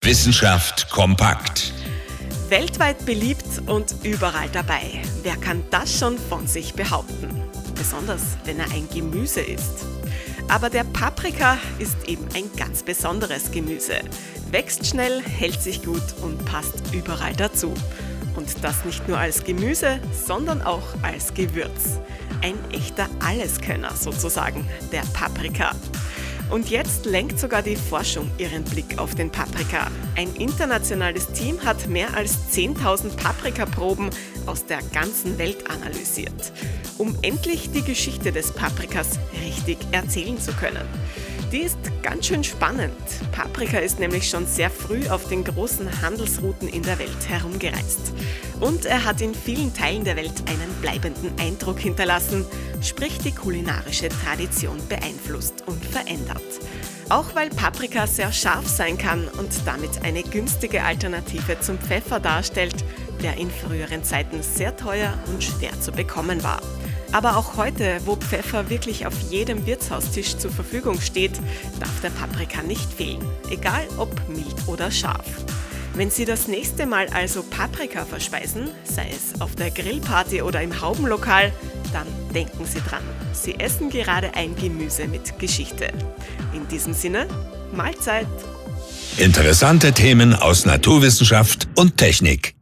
Wissenschaft kompakt. Weltweit beliebt und überall dabei. Wer kann das schon von sich behaupten? Besonders, wenn er ein Gemüse ist. Aber der Paprika ist eben ein ganz besonderes Gemüse. Wächst schnell, hält sich gut und passt überall dazu. Und das nicht nur als Gemüse, sondern auch als Gewürz. Ein echter Alleskönner sozusagen, der Paprika. Und jetzt lenkt sogar die Forschung ihren Blick auf den Paprika. Ein internationales Team hat mehr als 10.000 Paprikaproben aus der ganzen Welt analysiert, um endlich die Geschichte des Paprikas richtig erzählen zu können. Die ist ganz schön spannend. Paprika ist nämlich schon sehr früh auf den großen Handelsrouten in der Welt herumgereist. Und er hat in vielen Teilen der Welt einen bleibenden Eindruck hinterlassen, sprich die kulinarische Tradition beeinflusst und verändert. Auch weil Paprika sehr scharf sein kann und damit eine günstige Alternative zum Pfeffer darstellt, der in früheren Zeiten sehr teuer und schwer zu bekommen war. Aber auch heute, wo Pfeffer wirklich auf jedem Wirtshaustisch zur Verfügung steht, darf der Paprika nicht fehlen, egal ob mild oder scharf. Wenn Sie das nächste Mal also Paprika verspeisen, sei es auf der Grillparty oder im Haubenlokal, dann denken Sie dran, Sie essen gerade ein Gemüse mit Geschichte. In diesem Sinne, Mahlzeit! Interessante Themen aus Naturwissenschaft und Technik.